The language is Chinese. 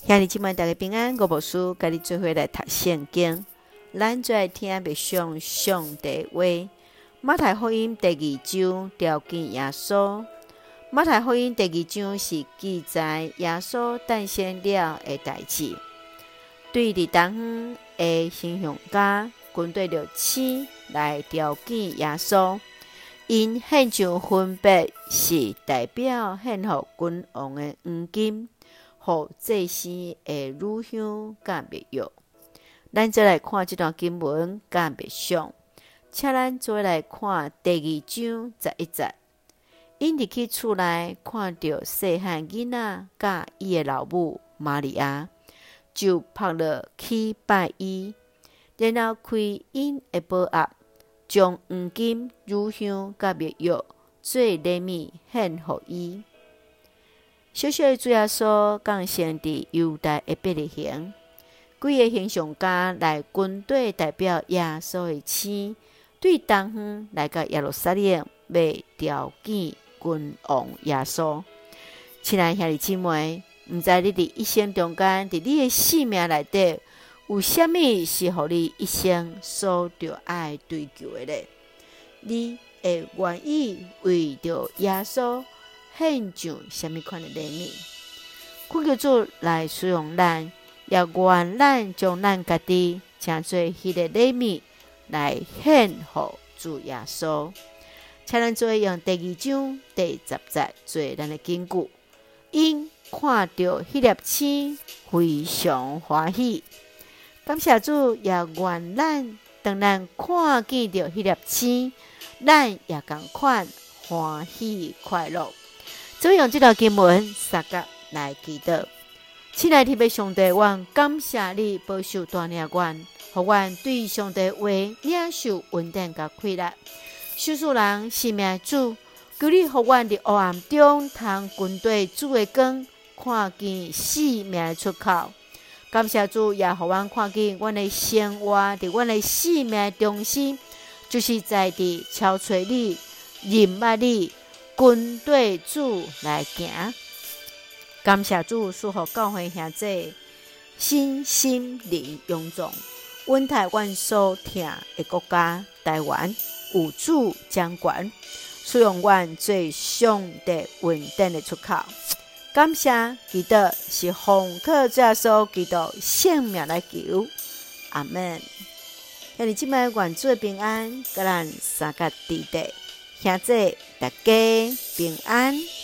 兄弟姊妹大家平安，我无事甲你做伙来读圣经。咱最爱听默想上帝话。马太福音第2章条件耶稣。马太福音第2章是记载耶稣诞生了的代志。对伫东方的形象家军队着星来条件耶稣，因献上分别是代表献予君王的黄金，予祭司的乳香甲蜜药。咱再来看这段经文甲默想，请咱做来看第2章11节。因入去厝内，看到细汉囡仔甲伊的老母玛利亚，就扑落去拜伊，然后开因的宝盒，将黄金、乳香甲蜜药做礼物献予伊。小小的主耶稣降生伫犹大的伯利恒，几个形象家来军队代表耶稣的星，对东方来到耶路撒冷，要条件君王耶稣。亲爱兄弟姊妹，毋知你伫一生中间，伫你的生命内底，有啥物是互你一生所着爱追求的呢？你会愿意为着耶稣献上啥物款的礼物？恳求主来使用咱，也愿咱将咱家己诚做迄个礼物来献予主耶稣。请咱做用第2章第10节做咱的根据。因看到迄粒星，非常欢喜。感谢主，也愿咱当咱看见到迄粒星，咱也同款欢喜快乐。做用这条经文3角来祈祷。亲爱的天父上帝，阮感谢你保守大领阮，互阮对上帝话领受稳定甲快乐。少数人生命主，求你互阮伫黑暗中，通军队主的光，看见生命的出口。感谢主，也互阮看见阮的生活伫阮的生命的中心，就是在伫超找你、认捌你、军队主来行。感谢主，赐予教会兄弟身心灵勇壮，稳台阮所听的国家台湾有主掌管，使用阮做上帝稳定的出口。感谢祈祷是奉靠主耶稣基督性命来求，阿们。兄弟姊妹，愿主的平安，甲咱三角地带兄弟大家平安。